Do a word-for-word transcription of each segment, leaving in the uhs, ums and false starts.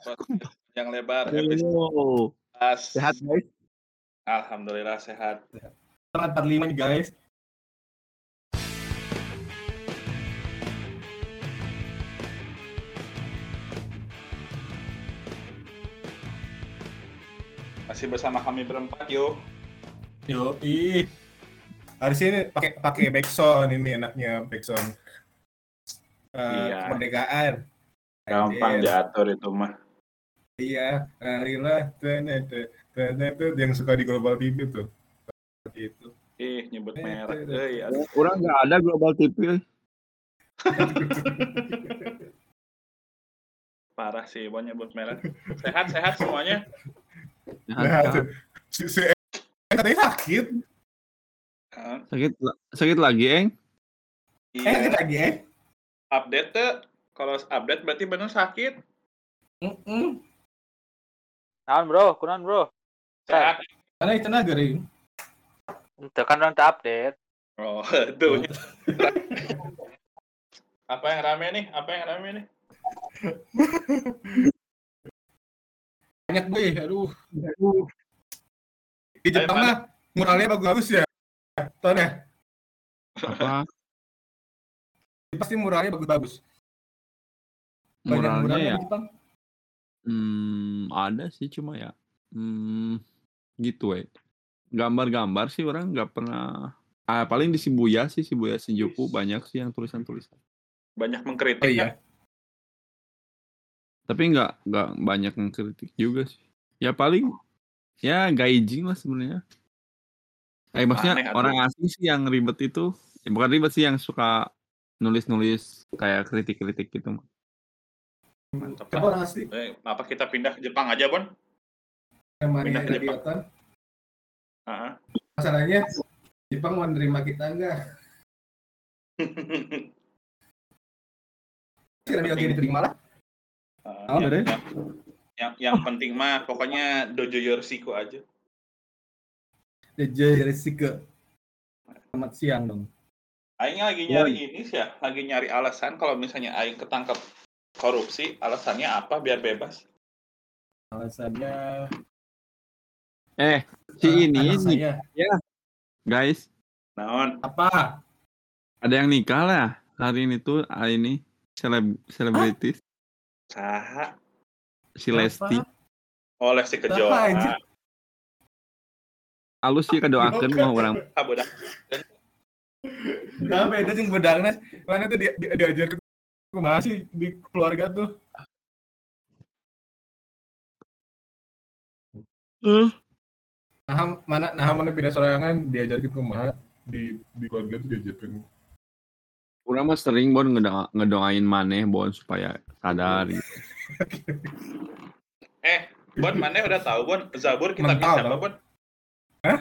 Yang lebar Halo. episode Sehat, guys? Alhamdulillah sehat. empat puluh lima nih, guys. Masih bersama kami berempat, yuk. Yo, ih. Hari ini pakai pakai backsound ini enaknya backsound. Uh, Iya. Kemerdekaan. Gampang Anjir. diatur itu mah. Iya, marilah tuh yang suka di Global T V tuh. Seperti itu. Ih, nyebut merek. Euy, aduh. Orang nggak ada Global T V. Parah sih, Bon nyebut merek. Sehat-sehat semuanya. Nah, si, si katanya sakit. Uh, Sakit sakit lagi, Eng? Eh, sakit iya. lagi, eh? Update tuh. Kalau update berarti bener sakit. Mm-mm. Naon bro, kunaon bro? Sehat. Karena itu naga, Ring. Ente kan orang update. Oh, tuh. Apa yang rame nih? Apa yang rame nih? Banyak gue, aduh. Aduh. Di Jepang Ayo, mah muralnya bagus-bagus ya. Tahu ya? Apa? Pasti muralnya bagus-bagus. Banyak Muralnya muralnya ya? di Jepang. Hmm, ada sih cuma ya. Hmm, gitu eh. Gambar-gambar sih orang nggak pernah. Ah, paling di Shibuya sih, Shibuya Shinjuku banyak sih yang tulisan-tulisan. Banyak mengkritik. Oh iya. Tapi nggak nggak banyak yang kritik juga sih. Ya paling ya gaijin lah sebenarnya. Eh maksudnya Aneh, aduh. orang asing sih yang ribet itu, ya bukan ribet sih yang suka nulis-nulis kayak kritik-kritik gitu. Mantap Siapa lah. orang asli? Eh, apa kita pindah ke Jepang aja, Bon? Maria Pindah ke Jepang. Radiotan. Heeh. Masalahnya Jepang mau nerima kita enggak? Si radio Penting. diterima lah. Uh, Oh, yang, bener. yang, yang, yang penting mah pokoknya dojo yorsiku aja. Jadi resiko. Selamat siang dong. Aing lagi nyari ini sih ya, lagi nyari alasan kalau misalnya Aing ketangkep korupsi, alasannya apa biar bebas? Alasannya Eh, si ah, ini anak nih, saya. guys, Naon? Apa? ada yang nikah lah hari ini tuh, hari ini seleb selebritis Saha? si Lesti. Oh, Lesti Saha, Kejora. anjir. Alus sih kedoakan mau orang. Ah, budak. Nah, beda sih bedangnya. Mana tuh dia, dia diajar ke masih di keluarga tuh. Uh. Nah, mana nah mana beda sorangan diajarin ke mana di di keluarga tuh diajarin. Orang mah sering bon ngedoa, ngedoain maneh bon supaya sadar gitu. Eh, Bon, mana udah tahu Bon? Zabur kita Mental, siapa tau. Bon? Hah?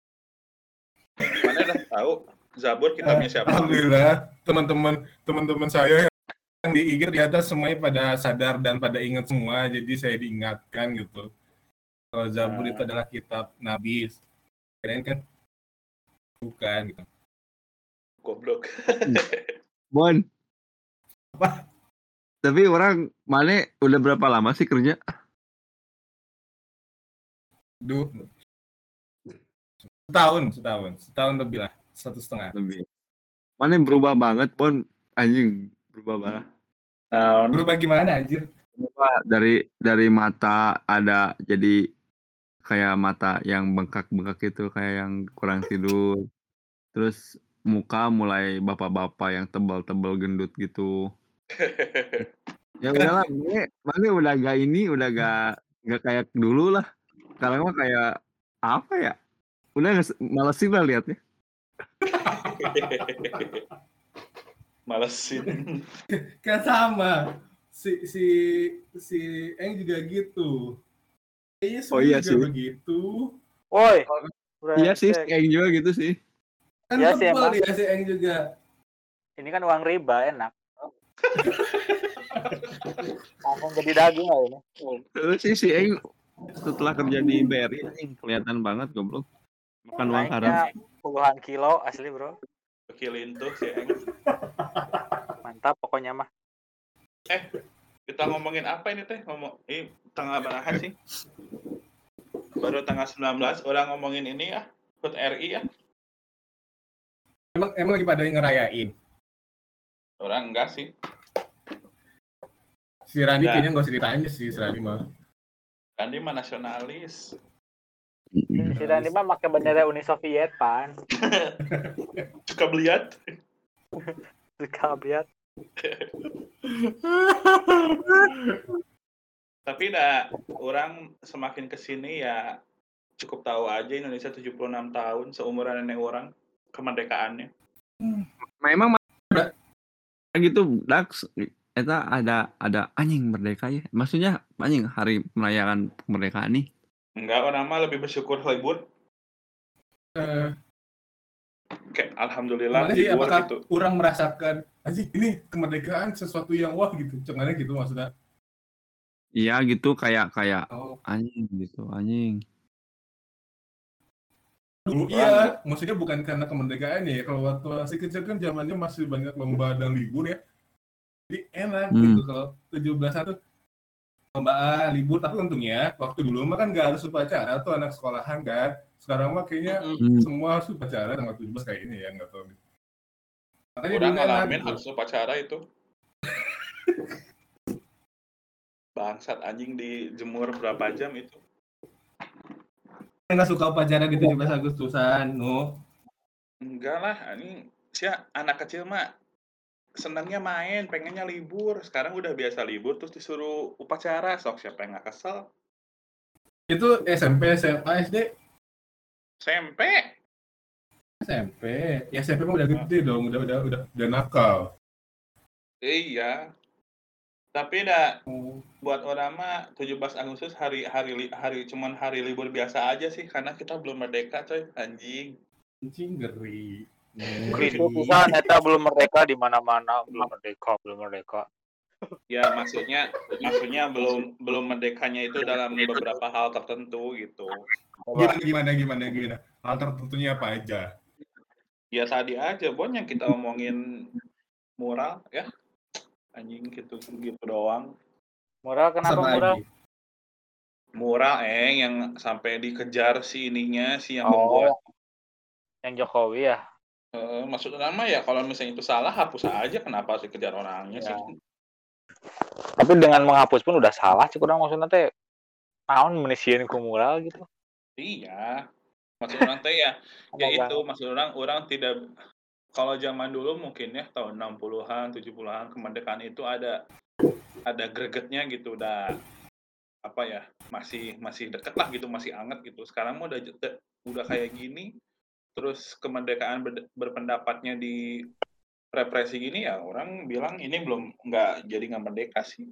Mana udah tahu? Zabur kita siapa? Alhamdulillah, teman-teman teman-teman saya yang di I G ternyata semuanya pada sadar dan pada ingat semua, jadi saya diingatkan gitu. Kalau Zabur Ah. itu adalah kitab Nabi, keren kan? Bukan gitu. Goblok. Bon. Apa? Tapi orang maneh udah berapa lama sih kerja? Duh. Setahun, setahun, setahun lebih lah, satu setengah. Lebih. Maneh berubah banget bon, anjing berubah banget. Naon? Berubah gimana anjir? Berubah dari dari mata ada jadi kayak mata yang bengkak-bengkak itu kayak yang kurang tidur. Terus muka mulai bapak-bapak yang tebal-tebal gendut gitu. Ya udahlah, Mane, Mane udah gak ini, udah gak gak kayak dulu lah. Sekarang mah kayak apa ya? Udah nges- malesin lah liatnya. Malesin. Kan sama. Si si si Eng juga gitu. Kayaknya semua Oh iya juga sih. begitu. Woi. Iya sih, brengsek. kayak juga gitu sih. Kan Iya sih, tebal emang. dia si Eng juga. Ini kan uang riba enak. Langsung jadi daging lah ini. Terus sih si Eng setelah kerja di B R I anjing kelihatan banget goblok. Makan uang haram. Naiknya puluhan kilo asli bro. Kilin tuh si Eng. Mantap pokoknya mah. Eh, Kita ngomongin apa ini teh? Ngomong ini tanggal berapa sih? Baru tanggal sembilan belas orang ngomongin ini ya, H U T R I ya. Emang emang lagi pada ngerayain. Orang enggak sih. Si Randi Enggak. kayaknya nggak usah ditanya sih, si Randi mah. Kan dia mah nasionalis. Si Randy mah pakai bendera Uni Soviet, pan. Suka beliat. Suka lihat. Tapi dah orang semakin kesini ya cukup tahu aja Indonesia tujuh puluh enam tahun seumuran nenek orang kemerdekaannya. Memang ma- gitu Dax eta ada ada anjing merdeka ya. Maksudnya anjing hari merayakan kemerdekaan nih. Enggak, orang mah lebih bersyukur libur. Eh, Kayak alhamdulillah Gimana sih, libur apakah gitu. orang merasakan anjing ini kemerdekaan sesuatu yang wah gitu, cuman gitu maksudnya. Iya gitu kayak kayak Oh, anjing gitu anjing. dulu iya, maksudnya bukan karena kemerdekaan ya. Kalau waktu masih kecil kan zamannya masih banyak lomba dan libur ya. Jadi enak Hmm. gitu kalau tujuh belas satu lomba libur, tapi untungnya waktu dulu mah kan nggak harus upacara tuh anak sekolahan kan. Sekarang mah kayaknya Hmm. semua harus upacara tanggal tujuh belas kayak ini ya, nggak tahu. Makanya Orang dulu enak ngalamin gitu. harus upacara itu. Bangsat anjing dijemur berapa jam itu. Nggak suka upacara di tujuh belas Agustusan, no. Enggak lah, ini si anak kecil mah senangnya main, pengennya libur. Sekarang udah biasa libur terus disuruh upacara, sok siapa yang gak kesel? Itu S M P, S M A, S D, S M P. S M P. Ya S M P mah udah gede dong, udah udah udah udah nakal. Iya. Tapi dah buat orang mah tujuh belas Agustus hari hari li- hari cuman hari libur biasa aja sih karena kita belum merdeka coy, anjing. Anjing ngeri. Itu pisan eta belum merdeka di mana-mana, belum merdeka, belum merdeka. Ya maksudnya maksudnya belum belum merdekanya itu dalam beberapa hal tertentu gitu. Gimana gimana gimana gimana. Hal tertentunya apa aja? Ya tadi aja Bon yang kita omongin mural ya. Anjing gitu gitu doang. Mural kenapa Sama mural? lagi. Mural eh yang sampai dikejar si ininya si yang Oh, membuat. yang Jokowi ya. Eh, maksudnya nama ya kalau misalnya itu salah hapus aja, kenapa sih kejar orangnya Ya. sih? Tapi dengan menghapus pun udah salah sih kurang maksudnya teh. Naon menisieun ku mural gitu. Iya. Maksud orang teh ya ya itu maksud orang orang tidak kalau zaman dulu mungkin ya tahun enam puluhan, tujuh puluhan kemerdekaan itu ada ada gregetnya gitu udah apa ya masih masih deket lah gitu masih anget gitu. Sekarang mah udah jete- udah kayak gini terus kemerdekaan ber- berpendapatnya di represi gini ya orang bilang ini belum nggak jadi nggak merdeka sih.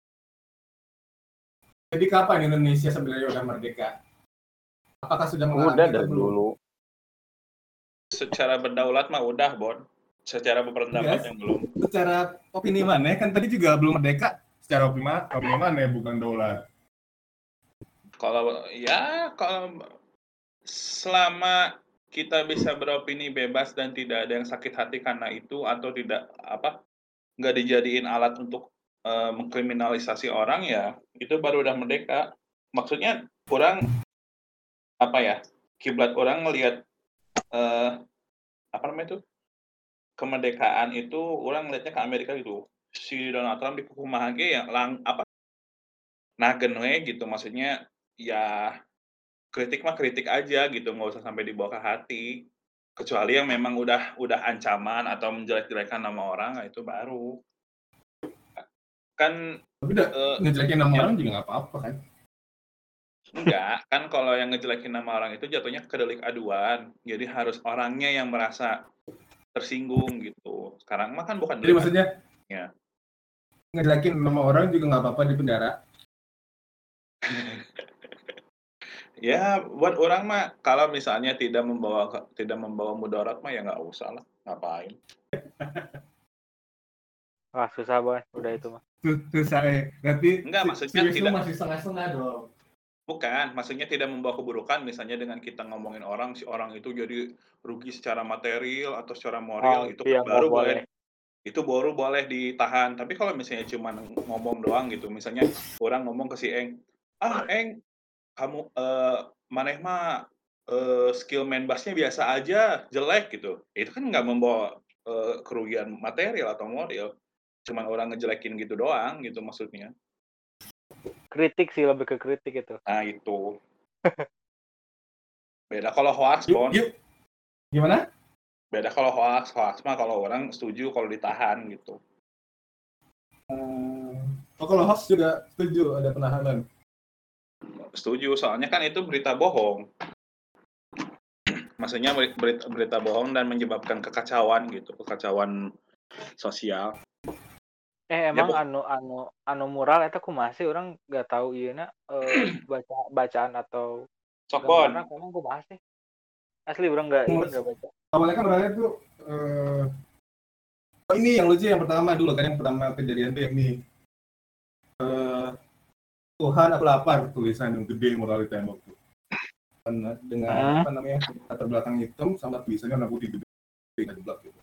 Jadi kapan Indonesia sebenarnya udah merdeka? Apakah sudah mengalami Udah atau dari belum? dulu. Secara berdaulat mah udah Bon. Secara berpendapat Yes. yang belum. Secara opini mana? Kan tadi juga belum merdeka. Secara opini mana? Opini mana bukan daulat. Kalau ya kalau selama kita bisa beropini bebas dan tidak ada yang sakit hati karena itu atau tidak apa nggak dijadiin alat untuk eh, mengkriminalisasi orang ya itu baru udah merdeka. Maksudnya orang apa ya kiblat orang ngelihat eh, apa namanya itu kemerdekaan itu orang ngelihatnya ke Amerika gitu si Donald Trump di kumaha ge yang lang apa nagen we gitu maksudnya ya kritik mah kritik aja gitu nggak usah sampai dibawa ke hati kecuali yang memang udah udah ancaman atau menjelek-jelekan nama orang nah itu baru kan Tapi udah eh, ngejelekin nama ya, orang juga nggak apa-apa kan? enggak kan kalau yang ngejelekin nama orang itu jatuhnya ke delik aduan jadi harus orangnya yang merasa tersinggung gitu sekarang mah kan bukan Jadi delik maksudnya Ya. ngejelekin nama orang juga nggak apa-apa di penjara. Ya buat orang mah kalau misalnya tidak membawa tidak membawa mudarat mah ya nggak usah lah ngapain. Wah, susah banget udah itu mah. Susah ya. Berarti Enggak, si- maksudnya si Wisnu tidak. masih setengah-setengah dong. Bukan, maksudnya tidak membawa keburukan misalnya dengan kita ngomongin orang si orang itu jadi rugi secara material atau secara moral Oh, itu iya, kan baru nggak boleh. boleh itu baru boleh ditahan. Tapi kalau misalnya cuma ngomong doang gitu, misalnya orang ngomong ke si Eng, "Ah, Eng, kamu eh maneh mah eh, skill main bassnya biasa aja, jelek," gitu. Itu kan nggak membawa eh, kerugian material atau moral. Cuman orang ngejelekin gitu doang gitu maksudnya. Kritik sih, lebih ke kritik itu. Nah, itu. Beda kalau hoax, Yuk, Bon. yuk. Gimana? Beda kalau hoax, hoax mah kalau orang setuju kalau ditahan gitu. Hmm. Oh, kalau hoax juga setuju ada penahanan. Setuju, soalnya kan itu berita bohong. Maksudnya berita, berita bohong dan menyebabkan kekacauan gitu, kekacauan sosial. Eh emang Ya, anu anu anu mural eta kumaha sih, urang nggak tahu ieuna eh, baca bacaan atau gambarna Sokon. emang kumaha sih? Asli urang nggak ini nggak baca. Awalnya kan orangnya tuh eh, oh, ini yang lucu yang pertama dulu kan, yang pertama kejadian tuh yang ini eh, Tuhan aku lapar, tulisan yang gede mural di tembok tuh. Dengan, dengan Hmm. apa namanya latar belakang hitam sama tulisannya warna putih gede di blok gitu.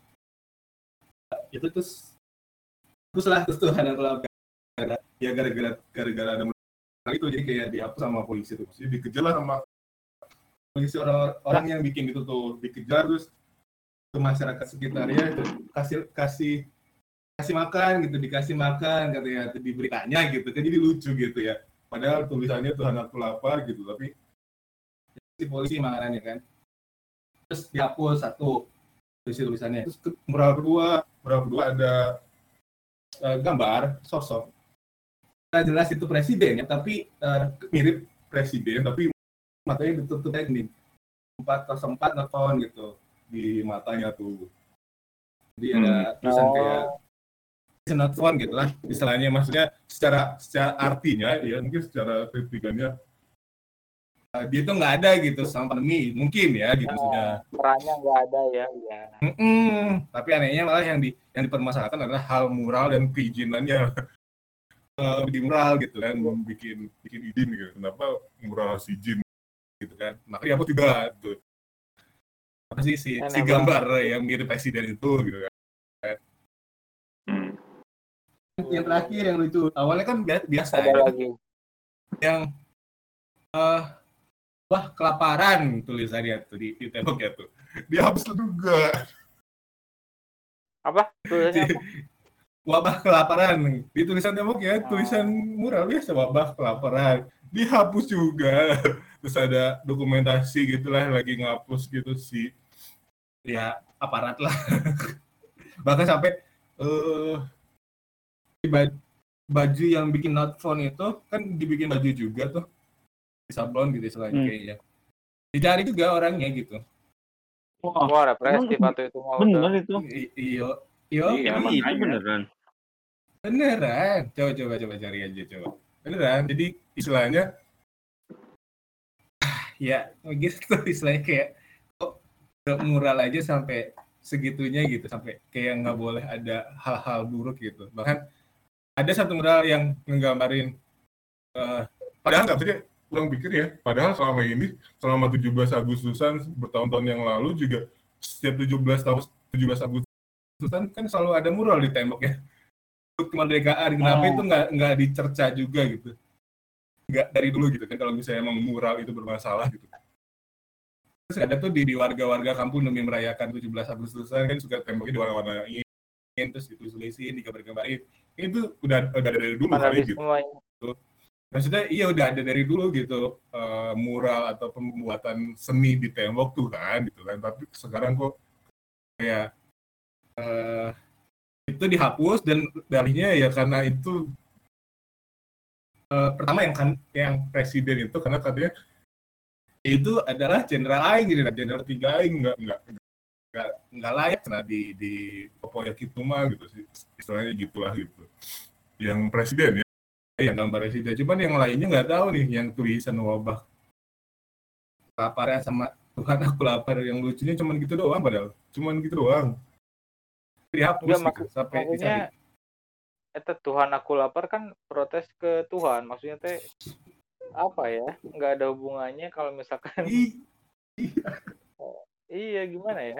Itu terus terus lah terus Tuhan aku lapar. Ya gara-gara gara-gara ada mural itu jadi kayak dihapus sama polisi tuh. Jadi dikejar lah sama polisi, orang orang yang bikin itu tuh dikejar, terus ke masyarakat sekitarnya itu kasih kasih kasih makan gitu, dikasih makan katanya di beritanya gitu kan, jadi lucu gitu ya, padahal tulisannya Tuhan aku lapar gitu, tapi si polisi makanannya kan, terus dihapus satu tulis tulisannya, terus ke mural kedua mural kedua ada uh, gambar sosok nah, jelas itu presiden ya, tapi uh, mirip presiden tapi matanya ditutup kayak gini, empat nol empat nelfon gitu di matanya tuh, jadi ada Hmm. tulisan Oh. kayak nelfon gitu lah istilahnya, maksudnya secara secara artinya ya mungkin secara kritikannya uh, dia tuh nggak ada gitu sama pandemi mungkin ya gitu maksudnya. Perannya nggak ada ya, ya. Mm-mm. Tapi anehnya malah yang di yang dipermasalahkan adalah hal mural dan perizinannya uh, di mural gitu kan, bikin bikin izin gitu, kenapa mural harus izin gitu kan, makanya aku juga tuh apa sih si, si gambar yang mirip presiden itu gitu kan. Hmm. Yang terakhir yang lucu, awalnya kan biasa Ada ya, lagi. yang uh, wah kelaparan tulisannya tuh di, di tembok ya tuh, dihapus juga. Apa? Tulisannya apa? Wabah kelaparan di tulisan tembok ya, tulisan mural biasa wabah kelaparan dihapus juga. Terus ada dokumentasi gitulah lagi ngapus gitu sih ya aparat lah. Bahkan sampai uh, baju yang bikin not phone itu kan dibikin baju juga tuh di sablon gitu istilahnya, hmm. kayaknya dicari juga orangnya gitu. Wah, wow, represif atau itu mau bener itu. Iya, iya, iya itu beneran. Beneran. Coba coba coba cari aja coba. Beneran. Jadi istilahnya ya gitu istilahnya kayak kok mural aja sampai segitunya gitu, sampai kayak nggak boleh ada hal-hal buruk gitu. Bahkan ada satu mural yang nggambarin uh, padahal nggak bisa kurang pikir ya, padahal selama ini selama tujuh belas Agustusan bertahun-tahun yang lalu juga setiap tujuh belas tahun tujuh belas Agustusan kan selalu ada mural di tembok ya, kemerdekaan, kenapa oh. itu nggak nggak dicerca juga gitu, nggak dari dulu gitu kan, kalau misalnya emang mural itu bermasalah gitu. Terus ada tuh di, di warga-warga kampung demi merayakan tujuh belas Agustusan kan suka temboknya diwarna-warnain, terus ditulis-tulisin, digambar-gambarin, itu udah udah dari dulu kali gitu. Tuh. Maksudnya iya udah ada dari dulu gitu, uh, mural atau pembuatan seni di tembok tuh kan gitu kan, tapi sekarang kok kayak uh, itu dihapus dan dalihnya ya karena itu uh, pertama yang kan yang presiden itu karena katanya itu adalah jenderal aing, jenderal tiga aing, nggak nggak nggak nggak layak karena di di Popoya gitu mah gitu sih istilahnya gitulah gitu, yang presiden ya yang gambar presiden, cuman yang lainnya nggak tahu nih yang tulisan wabah kelaparan sama Tuhan aku lapar, yang lucunya cuman gitu doang, padahal cuman gitu doang dihapus Nggak, gitu, maksud, sampai maksudnya itu Tuhan aku lapar kan protes ke Tuhan, maksudnya teh apa ya, nggak ada hubungannya kalau misalkan iya. oh, iya gimana ya,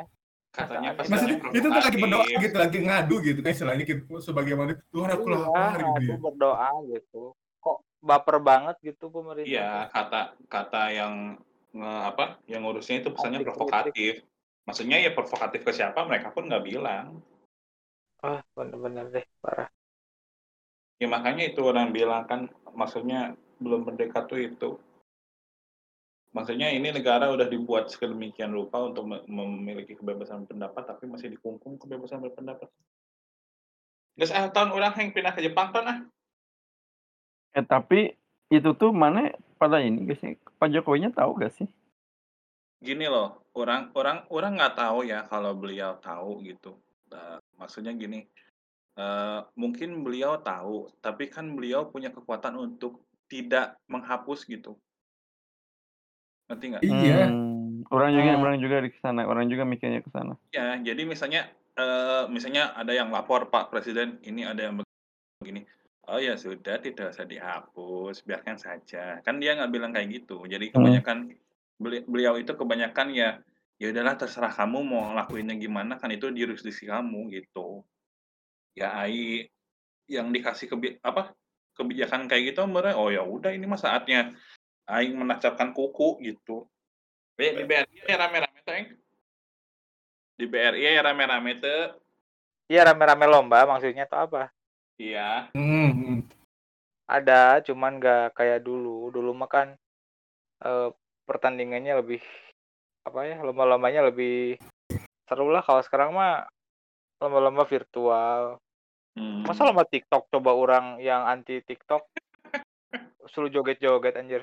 Katanya pas Maksudnya lagi itu tuh lagi berdoa provokatif. gitu, lagi ngadu gitu kan istilahnya gitu, sebagaimana Tuhan aku Iya, lapar gitu ngadu ya. berdoa gitu. Kok baper banget gitu pemerintah Iya, teh. kata kata yang nge, apa? Yang ngurusnya itu pesannya Anti kritik. provokatif. Maksudnya ya provokatif ke siapa mereka pun nggak bilang. Ah, bener-bener deh parah. Ya makanya itu orang bilang kan, maksudnya belum merdeka tuh itu. Maksudnya ini negara udah dibuat sedemikian rupa untuk me- memiliki kebebasan pendapat, tapi masih dikungkung kebebasan berpendapat. Terus ah, tahun orang yang pindah ke Jepang kan ah. Eh tapi itu tuh mana pada ini guys sih? Pak Jokowinya tahu gak sih? Gini loh, orang orang orang nggak tahu ya kalau beliau tahu gitu. Nah, maksudnya gini, eh, mungkin beliau tahu, tapi kan beliau punya kekuatan untuk tidak menghapus gitu. Ngerti nggak? Iya. Hmm, orang juga Hmm. orang juga di sana, orang juga mikirnya ke sana. Ya, jadi misalnya eh, misalnya ada yang lapor Pak Presiden, ini ada yang begini. Oh ya sudah, tidak usah dihapus, biarkan saja. Kan dia nggak bilang kayak gitu. Jadi Hmm. kebanyakan beli- beliau itu kebanyakan ya ya udahlah terserah kamu mau ngelakuinnya gimana, kan itu jurisdiksi kamu gitu. Ya ai yang dikasih kebi apa kebijakan kayak gitu mereka oh ya udah ini mah saatnya aing menancapkan kuku gitu. Be- Di B R I ya rame-rame tuh, Eng. Di B R I ya rame-rame tuh. Iya rame-rame lomba maksudnya tuh apa? Iya. Hmm, hmm. Ada, cuman nggak kayak dulu. Dulu mah kan eh, pertandingannya lebih apa ya, lomba-lombanya lebih seru lah. Kalau sekarang mah lomba-lomba virtual. Hmm. Masa lomba TikTok coba orang yang anti TikTok suruh joget-joget anjir.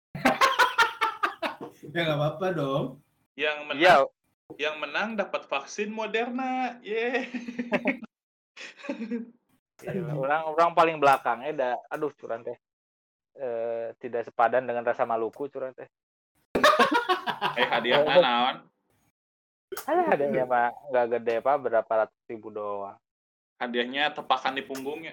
Ya nggak apa-apa dong. Yang menang Iya, yang menang dapat vaksin Moderna. Ye. gila. orang orang paling belakangnya dah aduh curan teh. Eh, tidak sepadan dengan rasa maluku curan teh. Eh hadiahnya naon? Ada adanya mah nggak gede pak, berapa ratus ribu doang. Hadiahnya tepakan di punggungnya.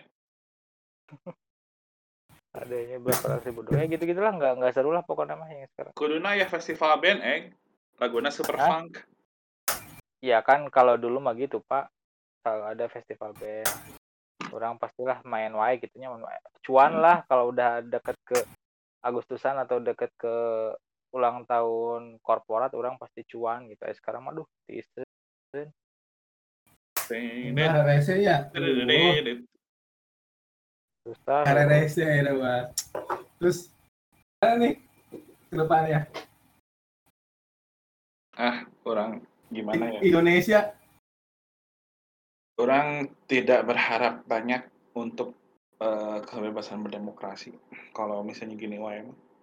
Adanya berapa ratus ribu doang. Ya gitu-gitulah, nggak nggak seru lah pokoknya mah yang sekarang. Kuduna ya festival band, Eng. Laguna super Hah? funk. Iya kan kalau dulu mah gitu pak, kalau ada festival band, orang pastilah main wae gitunya, main wae. Cuan lah kalau udah deket ke Agustusan atau deket ke ulang tahun korporat, orang pasti cuan gitu. Eh, sekarang mah aduh tiis. Nah, rese ya. Tuh. Susah. Ada rese ya, Pak. Terus mana nih ke depannya? Ah, orang gimana ya? Indonesia. Orang tidak berharap banyak untuk uh, kebebasan berdemokrasi. Kalau misalnya gini wae.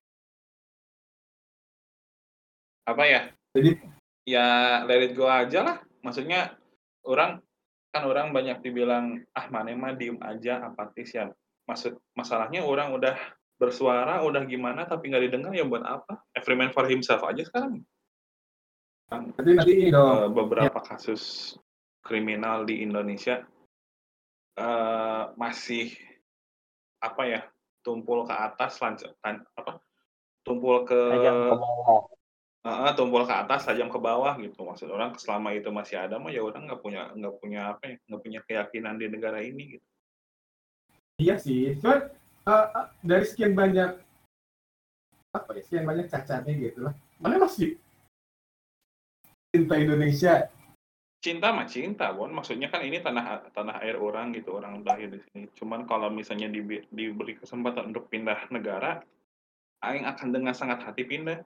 Apa ya? Jadi ya let it go aja lah. Maksudnya orang kan orang banyak dibilang ah mana mah diem aja apatis ya. Maksud masalahnya orang udah bersuara udah gimana tapi nggak didengar ya buat apa? Every man for himself aja sekarang. Tapi nanti dong. Uh, beberapa ya. Kasus kriminal di Indonesia uh, masih apa ya tumpul ke atas lanjut apa tumpul ke Uh, tumpul ke atas, tajam ke bawah gitu. Maksud orang selama itu masih ada mah ya orang nggak punya nggak punya apa ya nggak punya keyakinan di negara ini gitu. Iya sih, cuman uh, dari sekian banyak apa ya sekian banyak cacatnya gitu lah. Mana masih cinta Indonesia? Cinta mah cinta, Bon. Maksudnya kan ini tanah tanah air orang gitu, orang lahir di sini. Cuman kalau misalnya di, diberi kesempatan untuk pindah negara, aing akan dengan sangat hati pindah.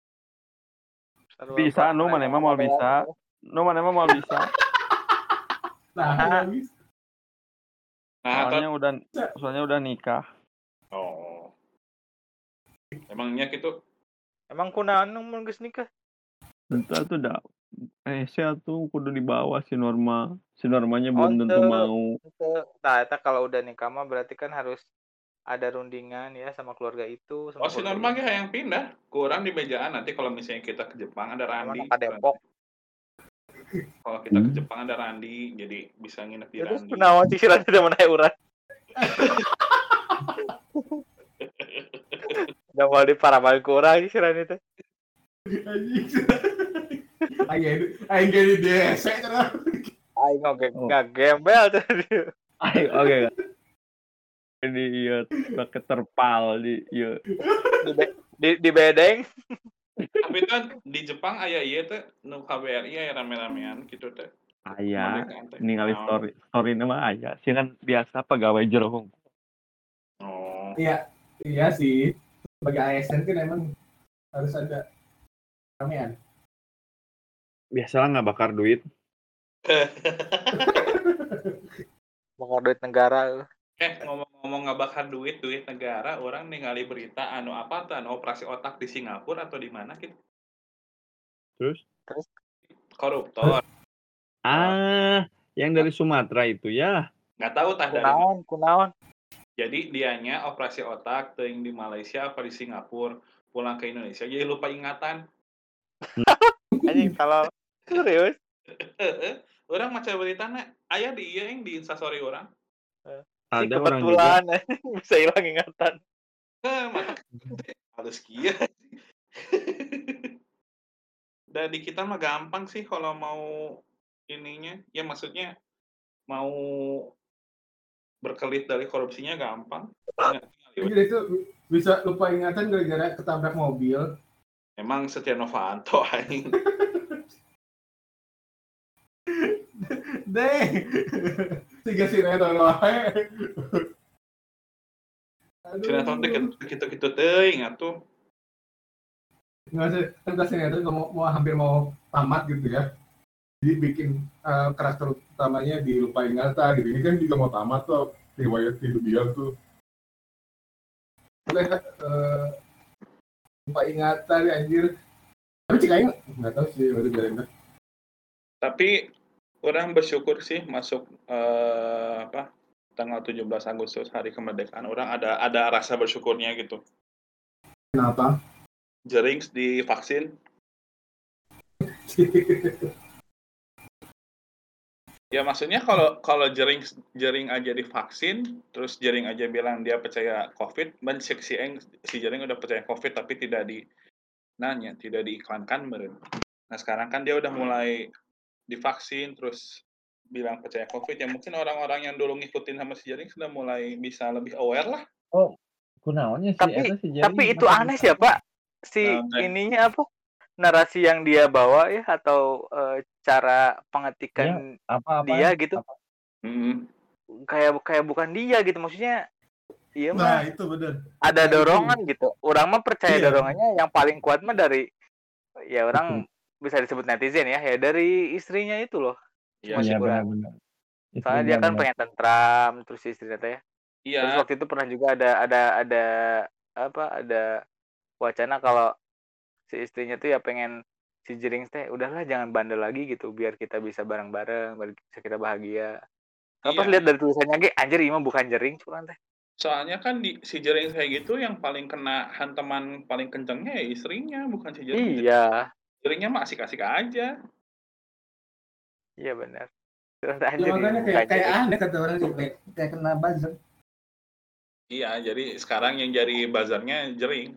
Bisa, nu mana emang mau bisa. Nu mana emang mau bisa. Nah, bisa. Nah, soalnya atau... udah soalnya udah nikah. Oh. Emangnya gitu? Emang kunaon nu mun geus nikah? Tentu atuh da. Eh, saya tuh kudu dibawa si Norma. Si Normanya belum oh, tentu mau. Nah, eta kalau udah nikah mah berarti kan harus ada rundingan ya sama keluarga itu. Sama oh si Norma ge yang pindah, kurang di bejaan nanti kalau misalnya kita ke Jepang ada Randi. Ke Depok. Kalau kita ke Jepang ada Randi, jadi bisa nginep di terus Randi. Terus kenapa sih Randi udah menaik urang? Udah mau di Paramal kurang sih Randi teh. Ayo, ayo jadi desa kan. Aing oge Oh. ngagembel tadi. Ayo, oke. Ini iya pakai terpal di iya. Di be- di, di bedeng. Tapi kan di Jepang aya ieu teh nu K B R I aya rame-ramean gitu teh. Aya Kemerdekaan teh. ningali Naon? story story nama aya. Sih kan biasa pegawai jero. Oh. Iya, iya sih. Sebagai A S N kan emang harus ada ramean. Biasalah nggak bakar duit. Bakar duit negara. Eh ngomong-ngomong nggak bakar duit duit negara, orang ningali berita anu apa tuh anu operasi otak di Singapura atau di mana gitu. Terus? Koruptor. Ah, yang dari Sumatera itu ya. Nggak tahu tah dari Kunaon, kunaon. Jadi dianya operasi otak teuing di Malaysia apa di Singapura, pulang ke Indonesia jadi lupa ingatan. Anjing kalau serius. Heeh. Urang maca beritana aya di ieu yang di Instastory urang. Si Ada orang juga. kebetulan bisa hilang ingatan. Heh, mata halus kieu. Dan di kita mah gampang sih kalau mau ininya, ya maksudnya mau berkelit dari korupsinya gampang. Tinggal- tinggal Jadi itu bisa lupa ingatan gara-gara ketabrak mobil. Emang Setia Novanto anjing. Deh. Tiga sinetron wae. Sinetron teh gitu-gitu teuing atuh. Nggak sih, kan kelas sinetron mau, mau hampir mau tamat gitu ya. Jadi bikin uh, karakter utamanya dilupa ingatan gitu. Ini kan juga mau tamat tuh riwayat hidup dia tuh. Boleh uh, lupa ingatan anjir. Tapi cik aing nggak tahu sih baru jalan. Tapi orang bersyukur sih masuk eh, apa tanggal tujuh belas Agustus hari kemerdekaan orang ada ada rasa bersyukurnya gitu. Kenapa? Jering divaksin. Ya maksudnya kalau kalau jering jering aja divaksin, terus jering aja bilang dia percaya COVID, ben si si Eng si jering udah percaya COVID tapi tidak di nanya, tidak diiklankan meureun. Nah sekarang kan dia udah mulai divaksin terus bilang percaya COVID, ya mungkin orang-orang yang dulu ngikutin sama si jering sudah mulai bisa lebih aware lah. Oh, kunaonnya sih Tapi eta si Jerry. tapi itu aneh sih ya, Pak. Si Nah, teh. ininya apa? Narasi yang dia bawa ya atau eh, cara pengetikan apa-apa dia gitu. apa? Hmm. Kayak kayak bukan dia gitu maksudnya. Iya Nah, mah itu benar. ada Nah, itu. dorongan gitu. Orang mah percaya Iya. dorongannya yang paling kuat mah dari ya orang bisa disebut netizen ya, ya dari istrinya itu loh. Iya, Masih Iya kurang. benar-benar. Soalnya dia kan pengen tentram terus istrinya teh. Iya. Terus waktu itu pernah juga ada ada ada apa ada wacana kalau si istrinya tuh ya pengen si Jering teh udahlah jangan bandel lagi gitu biar kita bisa bareng-bareng biar bisa kita bahagia. Kalau pas Iya. lihat dari tulisannya ge anjir ini mah bukan Jering cuman teh. Soalnya kan di si jering kayak gitu yang paling kena hantaman paling kencengnya ya istrinya, bukan si jering. Iya. Jeringnya mah asik-asik aja. Iya benar. Terus Ya, anjir ini makanya bukan kayak kayak Jering. aneh kata orang sih kayak, kayak kena buzzer. Iya, jadi sekarang yang jadi buzzernya jering.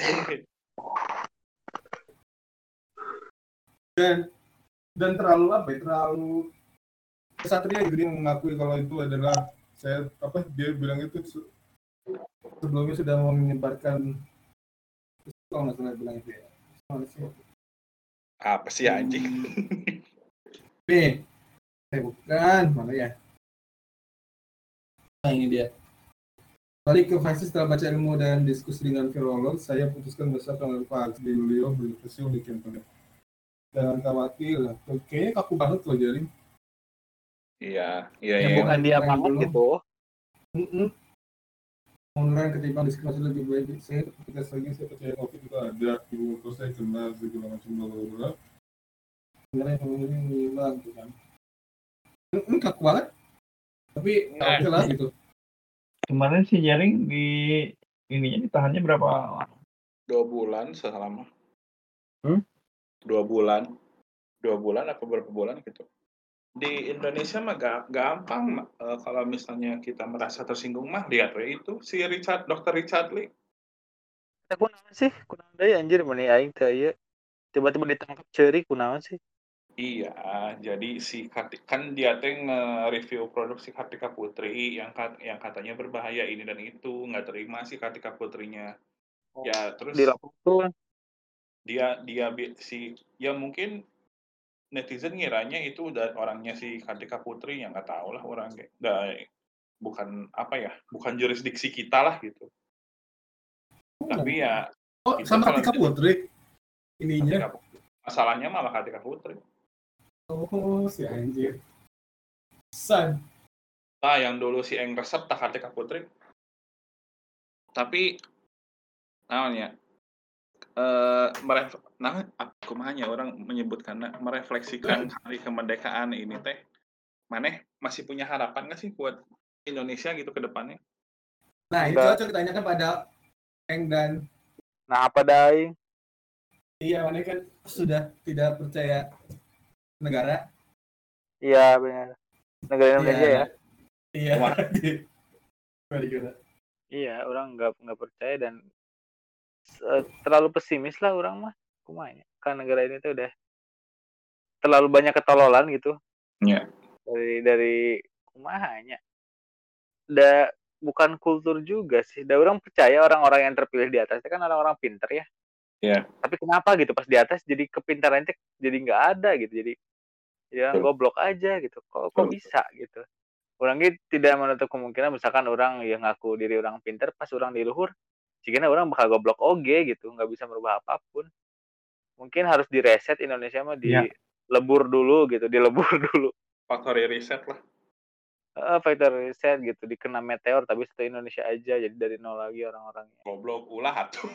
dan dan terlalu apa ya, terlalu Satria gitu dia mengakui kalau itu adalah saya apa dia bilang itu se- sebelumnya sudah mau menyebarkan kalau nggak salah bilang itu ya. Mana sih? Apa sih anjing? B, eh bukan mana ya? Nah ini dia. Balik ke fase setelah baca ilmu dan diskusi dengan filolog, saya putuskan besar tanggal Pak di beliau berdiskusi di Kempen. Jangan khawatir, kayaknya kaku banget loh Jaring. Iya, iya, Ya iya. bukan dia Main banget dulu. gitu. Mm-mm. Mengurangi ketimbang diskriminasi lebih baik. Saya ketika lagi saya percaya COVID itu ada, ibu terus saya kenal segala macam bla bla bla. Sebenarnya pemilih hilang gitu kan. Mm-mm, kaku banget. Tapi nggak oke lah gitu. Kemarin si Jaring di ininya ditahannya berapa lama? Dua bulan selama. Hmm? Dua bulan. Dua bulan apa berapa bulan gitu. Di Indonesia mah ga- gampang uh, kalau misalnya kita merasa tersinggung mah lihat we itu si Richard, dokter Richard Lee. Kunaon sih? Kunaon deui anjir meni aing teh ieu. Tiba-tiba ditangkap ceurik kunaon sih? Iya, jadi si Karti kan dia teh nge-review produk si Kartika Putri yang kat yang katanya berbahaya ini dan itu, nggak terima si Kartika Putrinya. Oh, Ya terus dilakukan. dia dia bi si ya mungkin netizen ngiranya itu udah orangnya si Kartika Putri, yang nggak tahu lah orang kayak nggak bukan apa ya, bukan jurisdiksi kita lah gitu. Tapi ya Oh, itu sama kalau Kartika Putri ininya. Kartika Putri. Masalahnya malah Kartika Putri. Oh, si anjir. San. Nah, yang dulu si Eng resep tak Kartika Putri. Tapi namanya eh meref nah aku mahanya orang menyebutkan merefleksikan hari kemerdekaan ini teh. Maneh masih punya harapan nggak sih buat Indonesia gitu ke depannya? Nah, itu Enggak. cocok ditanyakan pada Eng dan Nah, apa daing? iya, mana kan sudah tidak percaya negara. Iya, benar. Negara Indonesia ya. Iya. Wah. Gimana gimana? Iya, orang nggak nggak percaya dan eh, terlalu pesimis lah orang mah. Kumanya. Kan negara ini tuh udah terlalu banyak ketololan gitu. Iya. Dari dari kumahanya. Da bukan kultur juga sih. Da orang percaya orang-orang yang terpilih di atas itu kan orang-orang pinter ya. Iya. Tapi kenapa gitu pas di atas jadi kepintarannya jadi nggak ada gitu. Jadi jadi orang goblok aja gitu. Kok kok bisa gitu. Orang ini tidak menutup kemungkinan misalkan orang yang ngaku diri orang pinter pas orang di luhur jika orang bakal goblok oge gitu, nggak bisa merubah apapun. Mungkin harus direset Indonesia mah dilebur dulu gitu, dilebur dulu. Factory reset lah. Uh, factory reset gitu, dikena meteor tapi satu Indonesia aja jadi dari nol lagi orang-orangnya. Goblok ulah atuh.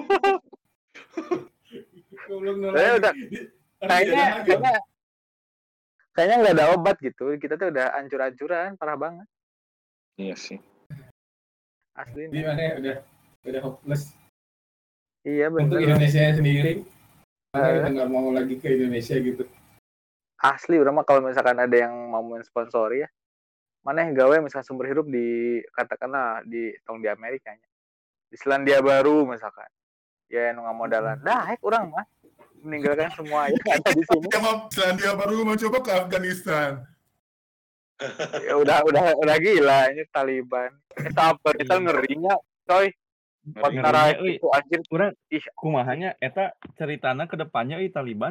Goblok nol Saya lagi. udah kayaknya kayaknya kayaknya nggak ada obat gitu. Kita tuh udah ancur-ancuran parah banget. Iya sih. Asli. Di mana ya udah udah hopeless. Iya Untuk bener. Indonesia sendiri. Karena Eh. kita nggak mau lagi ke Indonesia gitu. Asli udah mah kalau misalkan ada yang mau mensponsori ya. Mana yang gawe misalkan sumber hidup di katakanlah di tong di Amerika nya. Di Selandia Baru misalkan. Ya nu ngamodalan. Dah, hek urang mah meninggalkan semua yang ada di sini. Sama Selandia Baru mau coba ke Afghanistan. Ya udah udah udah gila ini Taliban. Eta Afghanistan ngerinya, coy. Perkara Ngerinya, itu anjir. Urang Ih, kumahanya eta ceritana ke depannya euy Taliban.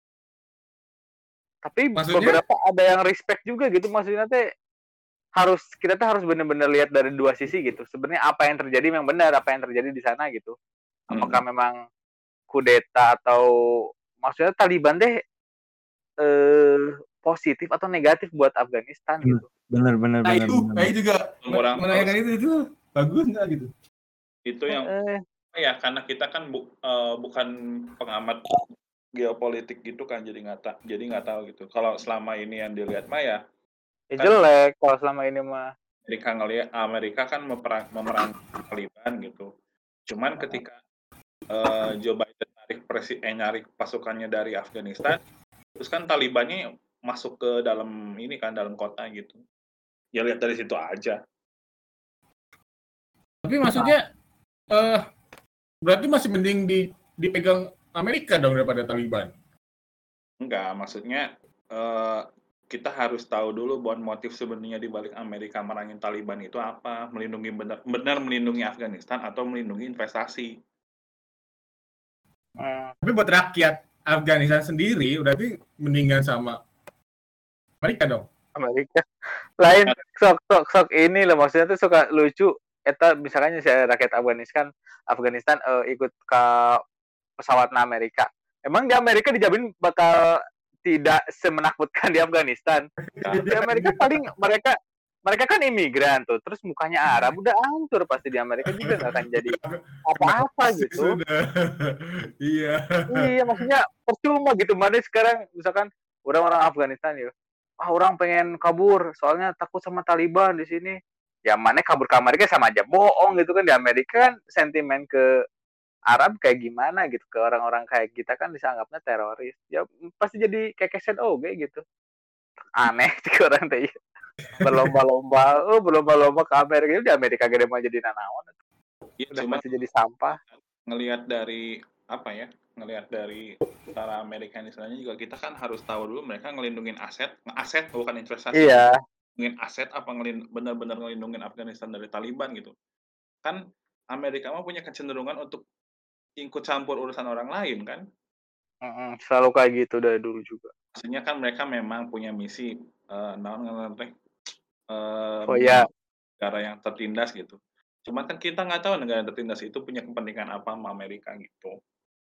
tapi Maksudnya? beberapa ada yang respect juga gitu maksudnya teh harus kita tuh harus benar-benar lihat dari dua sisi gitu. Sebenarnya apa yang terjadi memang benar, apa yang terjadi di sana gitu. Apakah hmm. memang kudeta atau maksudnya Taliban deh eh, positif atau negatif buat Afghanistan gitu. Benar benar Nah benar. itu, saya juga Orang menanyakan itu itu bagus nggak gitu? Itu yang Eh, ya karena kita kan bu, uh, bukan pengamat geopolitik gitu kan, jadi nggak tak jadi nggak tahu gitu. Kalau selama ini yang dilihat mah ya ya kan, jelek kalau selama ini mah. Amerika ngelihat Amerika kan memerang memerang Taliban gitu. Cuman ketika uh, Joe Biden narik presi eh, narik pasukannya dari Afghanistan, terus kan Talibannya masuk ke dalam ini kan dalam kota gitu. Ya lihat dari situ aja. Tapi maksudnya eh uh, berarti masih mending di dipegang Amerika dong daripada Taliban. Enggak, maksudnya uh, kita harus tahu dulu bahwa motif sebenarnya di balik Amerika merangin Taliban itu apa, melindungi benar benar melindungi Afghanistan atau melindungi investasi. Hmm. Tapi buat rakyat Afghanistan sendiri berarti mendingan sama Amerika dong. Amerika lain sok sok sok ini loh maksudnya tuh suka lucu. Eta misalnya saya rakyat Afghanistan Afghanistan uh, ikut ke pesawat na Amerika. Emang di Amerika dijamin bakal tidak semenakutkan di Afghanistan. Di Amerika paling mereka mereka kan imigran tuh, terus mukanya Arab udah hancur pasti di Amerika juga nggak akan jadi apa-apa gitu. Iya. Iya maksudnya percuma gitu mana sekarang misalkan orang-orang Afghanistan ya, ah orang pengen kabur soalnya takut sama Taliban di sini. Ya mana kabur ke Amerika sama aja bohong gitu kan, di Amerika kan sentimen ke Arab kayak gimana gitu, ke orang-orang kayak kita kan dianggapnya teroris. Ya pasti jadi kekesan oh kayak gitu. Aneh sih orang teh. Berlomba-lomba, oh berlomba-lomba ke Amerika, di Amerika gede mau jadi nanaon. Ya, Udah cuma pasti jadi sampah. Ngelihat dari apa ya, ngelihat dari tentara Amerika istilahnya juga kita kan harus tahu dulu mereka ngelindungin aset, aset bukan investasi, Iya. ngelindungin aset apa ngelin benar-benar ngelindungin Afghanistan dari Taliban gitu. Kan Amerika mah punya kecenderungan untuk ikut campur urusan orang lain kan. Mm-mm, selalu kayak gitu dari dulu juga. Maksudnya kan mereka memang punya misi eh naon ngaran teh eh Oh ya, negara yang tertindas gitu. Cuma kan kita nggak tahu negara yang tertindas itu punya kepentingan apa sama Amerika gitu.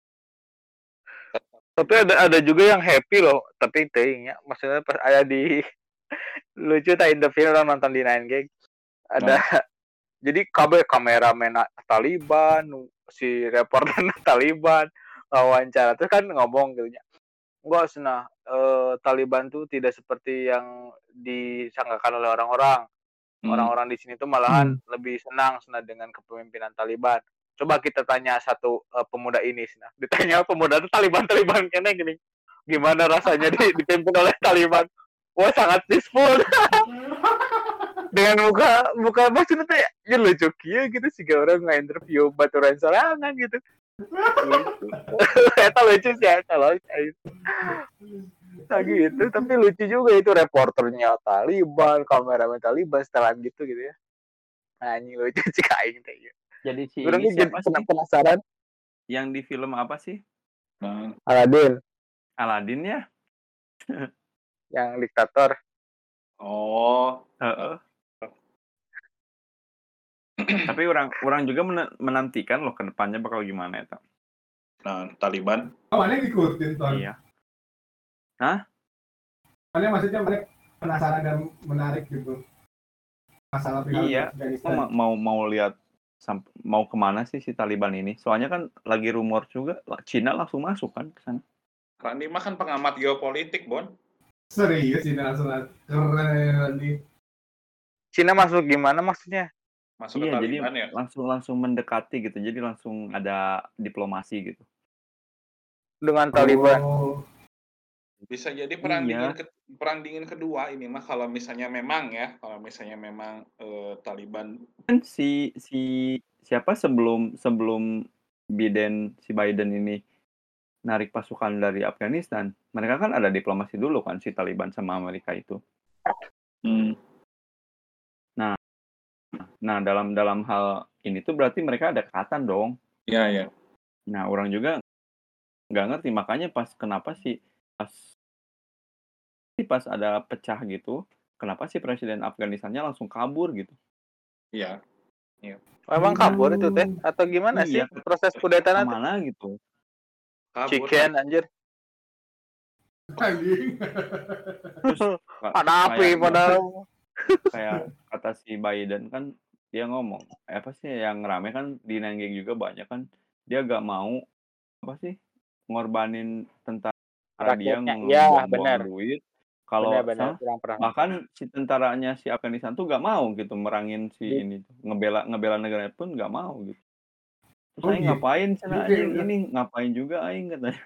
tapi ada ada juga yang happy loh. Tapi tehnya, maksudnya pas ada di lucu tak in the film orang nonton di Nine Gag. Ada jadi kabeh kameramen Taliban, si reporter Taliban wawancara terus kan ngomong gitu nya. Enggak senah eh, Taliban tuh tidak seperti yang disangkakan oleh orang-orang. Hmm. Orang-orang di sini tuh malahan lebih senang senang dengan kepemimpinan Taliban. Coba kita tanya satu uh, pemuda ini, senang. Ditanya pemuda itu Taliban-Taliban kene gini. Gimana rasanya di, dipimpin oleh Taliban? Wah sangat peaceful. Dengan muka muka maksudnya teh ya lucu kieu gitu sih orang nge-interview baturan sorangan gitu. Eta lucu sih eta loh. Nah gitu, tapi lucu juga itu reporternya Taliban, kameramen Taliban, setelan gitu gitu ya. Nah, ini lucu sih kain teh. Jadi si Gue ini jadi siapa sih? penasaran. Yang di film apa sih? Nah, Aladin, Aladin ya? yang diktator. oh, Heeh. Tapi orang orang juga men- menantikan loh ke depannya bakal gimana ya. nah Taliban. Oh, mana ngikutin Ton? Iya. Hah? Mana maksudnya mereka penasaran dan menarik gitu. Masalah Iya. Mau mau mau lihat samp- mau kemana sih si Taliban ini? Soalnya kan lagi rumor juga Cina langsung masuk kan ke sana. Randi mah kan pengamat geopolitik, Bon. Serius ini langsung keren nih. Cina masuk gimana maksudnya? Masuk Iya, ke jadi Taliban ya. langsung langsung mendekati gitu. Jadi langsung ada diplomasi gitu. Dengan Taliban. Oh. Bisa jadi perang Iya. dingin ke, perang dingin kedua ini mah kalau misalnya memang ya, kalau misalnya memang eh, Taliban Kan si si siapa sebelum sebelum Biden si Biden ini narik pasukan dari Afghanistan, mereka kan ada diplomasi dulu kan si Taliban sama Amerika itu. hmm. Nah, nah dalam dalam hal ini tuh berarti mereka ada dekatan dong. Ya, ya. Nah, orang juga nggak ngerti makanya pas kenapa sih pas pas ada pecah gitu, kenapa sih presiden Afghanistannya langsung kabur gitu? Iya. Oh, emang kabur itu teh atau gimana Iya, sih proses kudetanya? Kemana gitu? Kabur. Chicken anjir. Anjing. Ka- Ada api kayak- padahal. kayak kata si Biden kan dia ngomong eh, apa sih yang rame kan di Nanggeng juga banyak kan dia gak mau apa sih ngorbanin tentara dia Rakyatnya. Ya, ngebuang-buang benar. duit kalau Benar-benar sama- kurang pernah. bahkan si tentaranya si Afghanistan tuh gak mau gitu merangin si Di- ini tuh ngebela ngebela negara pun gak mau gitu terus Oh, aing gitu. ngapain sana Gitu ya, aing udah. ini ngapain juga aing katanya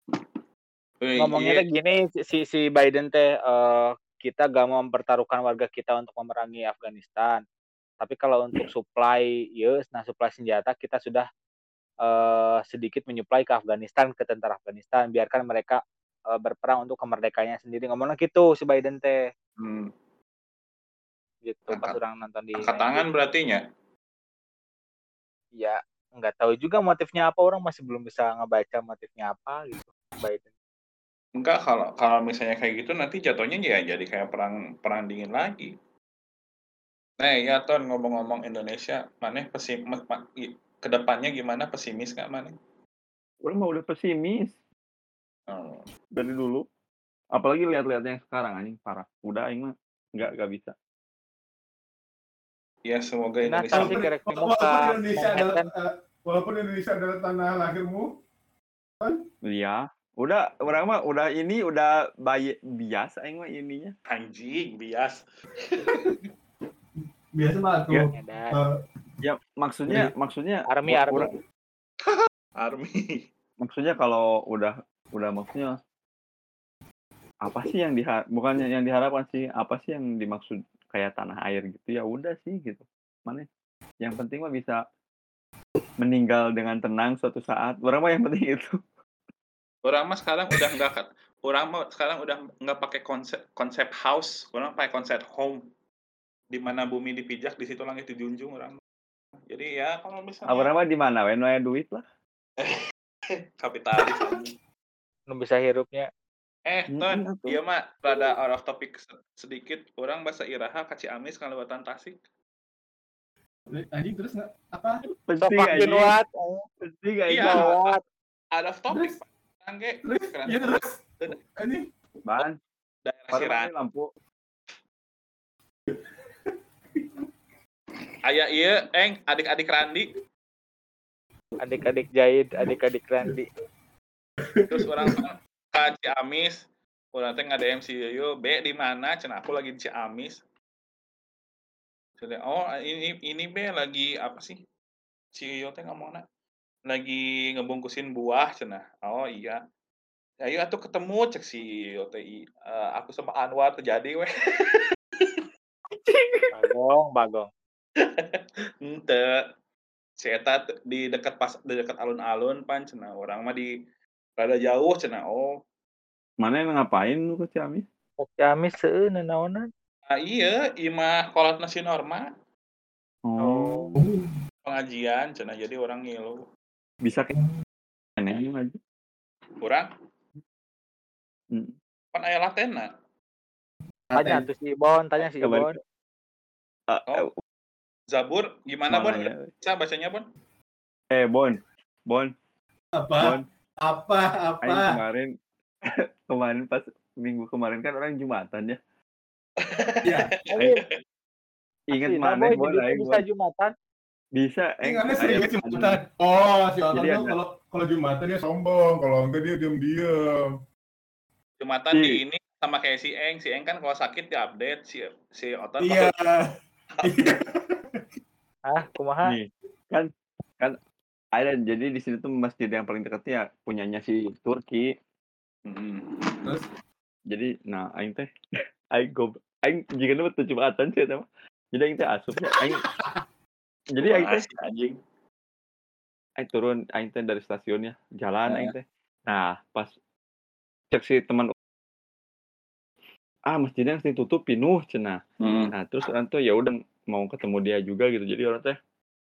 Eh, Ngomongnya iya. teh gini si si Biden teh eh, kita gak mau mempertaruhkan warga kita untuk memerangi Afghanistan. Tapi kalau untuk supply, yes, nah supply senjata kita sudah eh, sedikit menyuplai ke Afghanistan, ke tentara Afghanistan. Biarkan mereka eh, berperang untuk kemerdekaannya sendiri. Ngomongnya gitu si Biden teh, Hmm. gitu pas Angkat- orang nonton di. Angkat tangan berarti nya. Ya nggak tahu juga motifnya apa, orang masih belum bisa ngebaca motifnya apa gitu Biden. Enggak, kalau kalau misalnya kayak gitu nanti jatuhnya ya jadi kayak perang perang dingin lagi. Nah, ya Ton, ngomong-ngomong Indonesia, maneh pesimis ke depannya gimana, pesimis nggak maneh? orang mah udah pesimis Oh. dari dulu apalagi lihat-lihat yang sekarang anjing parah udah aing mah nggak nggak bisa Ya semoga Nah, Indonesia sih kerek Walaupun muka Indonesia adalah Manhattan. eh, walaupun Indonesia adalah tanah lahirmu, iya udah orang mah udah ini udah bayi biasa aing mah ininya anjing bias. biasa banget tuh. Ya. Ada. eh, ya maksudnya maksudnya Army, u- Army. orang- Army. maksudnya kalau udah udah maksudnya apa sih yang diha bukannya yang diharapkan sih apa sih yang dimaksud kayak tanah air gitu ya udah sih gitu mana yang penting mah bisa meninggal dengan tenang suatu saat. Orang mah yang penting itu. Orang mah sekarang udah nggak ket- orang mah sekarang udah nggak pakai konsep konsep house, orang pakai konsep home. Di mana bumi dipijak, di situ langit dijunjung orang. Jadi ya kalau Ah, misalnya orang mah di mana we nu aya duit lah. kapitalis anjing. Nu bisa hirupnya. Eh, Mm-mm, Ton, atuh. dia mah rada out of topic se- sedikit. Orang bahasa Iraha ka Ciamis kalewatan Tasik. Anjing terus nggak apa? Penting Sopak anjing. what? Penting Iya, anjing. What? out of topic. Terus? Angge, Terus? keren. Ya terus. Anjing. Ban, Daerah padahal Siran. mati lampu. Aya ieu, eng, adik-adik Randi. Adik-adik Jahid, adik-adik Randi. Terus orang ke Ciamis. Orang teh nge-D M si Yoyo, "B di mana?" Cenah aku lagi di Ciamis. Cenah, "Oh, ini ini B lagi apa sih?" Si Yoyo teh ngomongna, "Lagi ngebungkusin buah," cenah. "Oh, iya." "Ayo atuh ketemu," cek si Yoyo teh. "I- eh, aku sama Anwar terjadi weh." Bagong, bagong. Henteu. Si eta t- di dekat pas di dekat alun-alun pan cenah. Orang mah di rada jauh cenah. Oh, Mana yang ngapain lu ke Ciamis? Ciamis seueur nanaonan. ah iya, imah kolot nasi norma Oh, pengajian cenah. Jadi orang ngilu. bisa kayak aneh aja. Urang Hmm. kan aya latena. Tanya tuh si Ibon, tanya si Ibon. Kemarin- Ah, Oh, Zabur gimana, Bon? Makanya. Bisa bacanya, Bon? Eh, Bon. Bon, Apa? Bon. Apa? Apa? Aing kemarin kemarin pas minggu kemarin kan orang Jumatan ya. Ya. Ayo, Ingat asli, nah, mana boy, Bon jadi aing bisa Bon. Jumatan. Bisa Ini aing karena aya- serius Jumatan. Oh, si Otan Jadi tuh ada- kalau kalau Jumatan dia sombong, kalau enggak dia diam-diam. Jumatan Iya. di ini sama kayak si Eng. Si Eng kan kalau sakit di-update. Si, si Otot Iya. Ah, kumaha? Nih, kan kan ada jadi di sini tuh masjid yang paling dekatnya punyanya si Turki. Hmm. Terus Jadi nah aing teh aing go aing jika nu teu Jumatan sih eta mah. Jadi aing teh asup ya aing. Jadi aing teh Asik, anjing. aing turun aing teh dari stasiunnya, jalan Heeh. aing teh. Nah, pas cek si teman ah masjidnya yang ditutup pinuh cenah. Hmm. Nah, terus orang tuh ya udah mau ketemu dia juga gitu. Jadi orang teh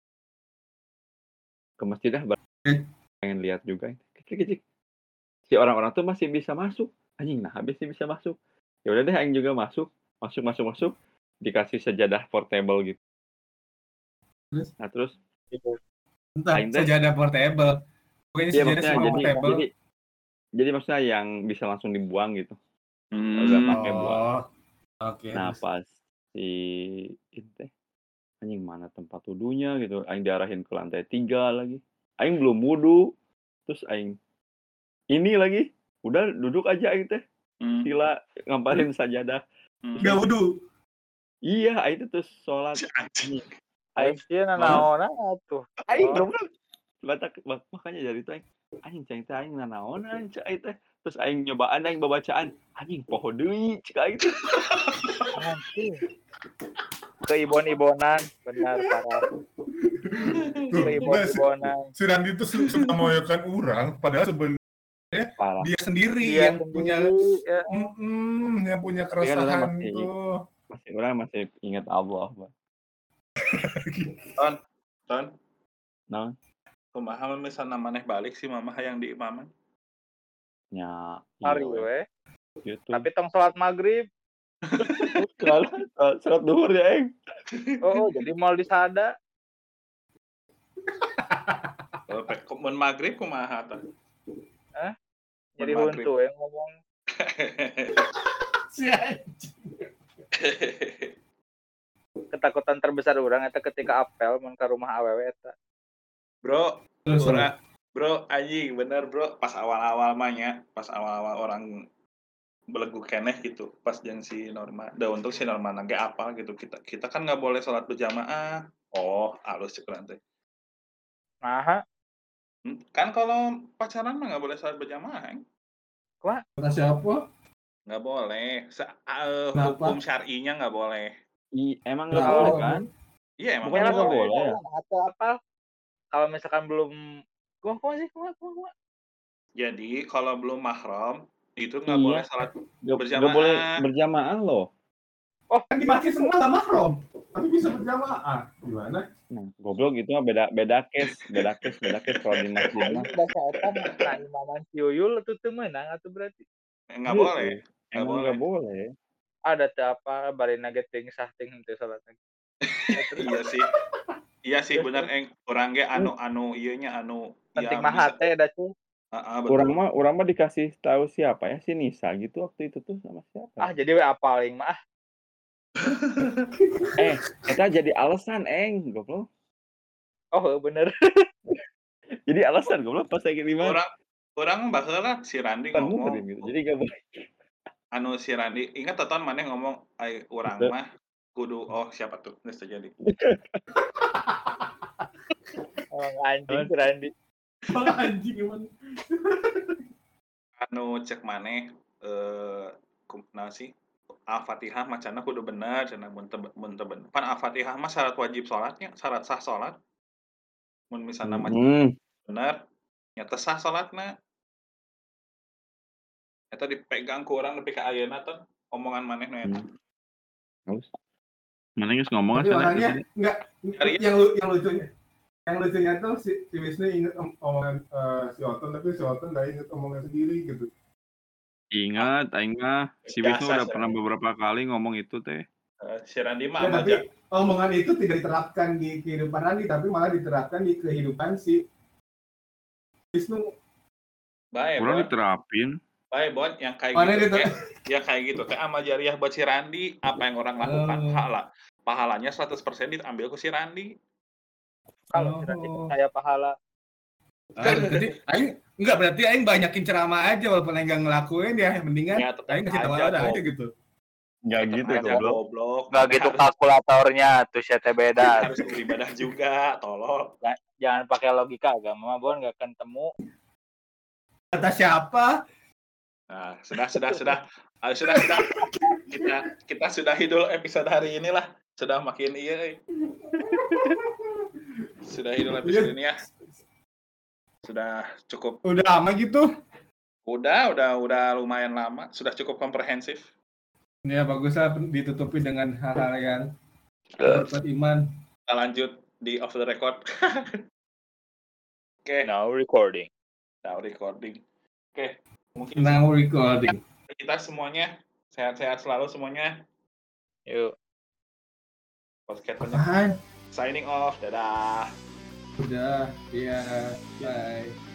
ke masjid dah Hmm. pengen lihat juga. Kecik-kecik. Si orang-orang tuh masih bisa masuk. Anjing, nah habis sih bisa masuk. Ya udah deh aing juga masuk, masuk masuk masuk dikasih sejadah portable gitu. Terus? Nah, terus entah Aing teh- sejadah portable. Pokoknya iya sejadah maksudnya semua jadi portable. jadi jadi maksudnya yang bisa langsung dibuang gitu. Hmm. Udah pakai buang. Oh. Oke. Nah, terus. pas si itu teh anjing mana tempat wudunya gitu. Aing diarahin ke lantai tiga lagi. Aing belum wudu. Terus aing ini lagi udah duduk aja aing teh. Hmm. Sila ngamparin sajadah. Hmm. Enggak wudu. Iya, aing tuh terus sholat. Si anjing. Aing Aing sih nanaonan atuh. aing Oh. goblok. Batak mak- makanya dari itu aing anjing ceng teh aing nanaonan cek aing teh. Terus aing nyobaan aing babacaan anjing poho deui cek aing teh. Anjing. Ke Ibon-ibonan, benar parah. Ke Tuh, Ibon-ibonan. si Randi itu su- suka mengoyokan orang, padahal sebenarnya Parah. dia sendiri Dia yang punya sendiri, ya. Mm-mm, yang punya Tapi kan orang keresahan masih- tuh. Masih orang masih ingat Allah, Bang. Ton, Ton. Nah, Kumaha misalnya maneh balik si mamah yang di imaman. nya Hari iya, we. gitu. Tapi tong sholat maghrib. kalau sholat duhur ya, Eng. Oh, oh, jadi mal disada. Kalau pek mun maghrib kumaha tah? Jadi Maghrib. huntu yang ngomong. Si anjing. Ketakutan terbesar orang eta ketika apel mun ka rumah awewe eta. Bro, Terus, Ora, bro, anjing bener bro, pas awal-awal mah nya, pas awal-awal orang belegu keneh gitu, pas jeung si Norma. Da untuk si Norma nage apa gitu, kita kita kan nggak boleh sholat berjamaah. Oh, halus cek nanti. Nah, Hmm, kan kalau pacaran mah nggak boleh sholat berjamaah, Eng. kata siapa? Nggak boleh. Se uh, Kenapa? hukum syar'inya nggak boleh. I, emang nggak Nggak boleh boleh. kan? Iya, emang Bukannya nggak nggak boleh. boleh ya? atau apa? kalau misalkan belum gua gua sih gua gua, gua. Jadi kalau belum mahram itu nggak Iya. boleh salat Gak, berjamaah. gak boleh berjamaah loh. Kan di masjid semua nggak mahram, tapi bisa berjamaah. Gimana? Nah, goblok itu mah beda beda case, beda case, beda case kalau di masjid Aing mah. baca eta nah imaman si Uyul tuh teu meunang atuh berarti. Nggak boleh, nggak Emang boleh. nggak boleh. Ada teh apa barina ge teuing sah teuing henteu salat. Iya sih. Iya sih benar eng urang ge anu anu ieu nya anu Penting ya mah bisa. hate da cuy. Heeh, Orang betul. mah orang mah dikasih tahu siapa ya si Nisa gitu waktu itu tuh sama siapa. Ah jadi we apal aing mah ah. Eh, eta jadi alasan eng goblok. Oh bener. Jadi alasan goblok pas lagi di mana. Orang orang baheula si Randi Kan ngomong. muhrim gitu. Jadi gak boleh. Anu si Randi ingat teton maneh ngomong ai urang mah kudu oh siapa tuh geus terjadi. Oh anjing si Randi. Malah anjing emang. Anu cek maneh eh kumaha sih? Al-Fatihah macana kudu bener cenah mun teu mun teu bener. Pan Al-Fatihah mah syarat wajib salatnya, syarat sah salat. Mun misalna macana Hmm. bener nya teu sah salatna. Eta dipegang ku urang nepi ka ayeuna teh omongan maneh nu eta. Haus. Mana geus ngomong Tapi sana makanya tadi. nggak Hari- yang lu- yang lucunya yang lucunya tuh si, si Wisnu inget om- omongan eh, si Oton tapi si Oton nggak inget omongan sendiri gitu. Ingat aing mah si Biasa, Wisnu udah Sir. pernah beberapa kali ngomong itu teh. Eh, si Randi mah Ya, ama tapi aja. omongan itu tidak diterapkan di kehidupan Randi tapi malah diterapkan di kehidupan si Wisnu. Bae, Kurang Bon. diterapin. Bae, Bon, yang kayak Mana gitu gitu? teh, ya kayak gitu teh ama jariah buat si Randi, apa yang orang lakukan Oh. pahala. Pahalanya seratus persen diambil ku si Randi. Kalau si Randi Oh. percaya pahala. Ah, berarti aing enggak berarti aing banyakin ceramah aja walaupun aing enggak ngelakuin ya mendingan Ya, tetep aing kasih tahu aja, ada Bob. aja gitu. Enggak Tetep gitu aja goblok. goblok. Enggak Maneh gitu harus, kalkulatornya tuh saya teh beda. harus beribadah juga, tolong. Ja- Jangan pakai logika agama Bon enggak akan temu. Kata siapa? Nah, sudah, sudah, sudah. Ah, sudah, sudah. Kita kita sudahi dulu episode hari ini lah. Sudah makin iya. eh. Sudahi dulu episode ini ya. Sudah cukup. Udah lama gitu. Udah, udah, udah lumayan lama. Sudah cukup komprehensif. Ya baguslah ditutupi dengan hal-hal yang berbuat iman. Kita lanjut di off the record. Oke, Now recording. now recording. Oke, mungkin Now recording. kita semuanya sehat-sehat selalu semuanya. Yuk. Podcast Apaan? signing off. Dadah. Udah, iya, bye.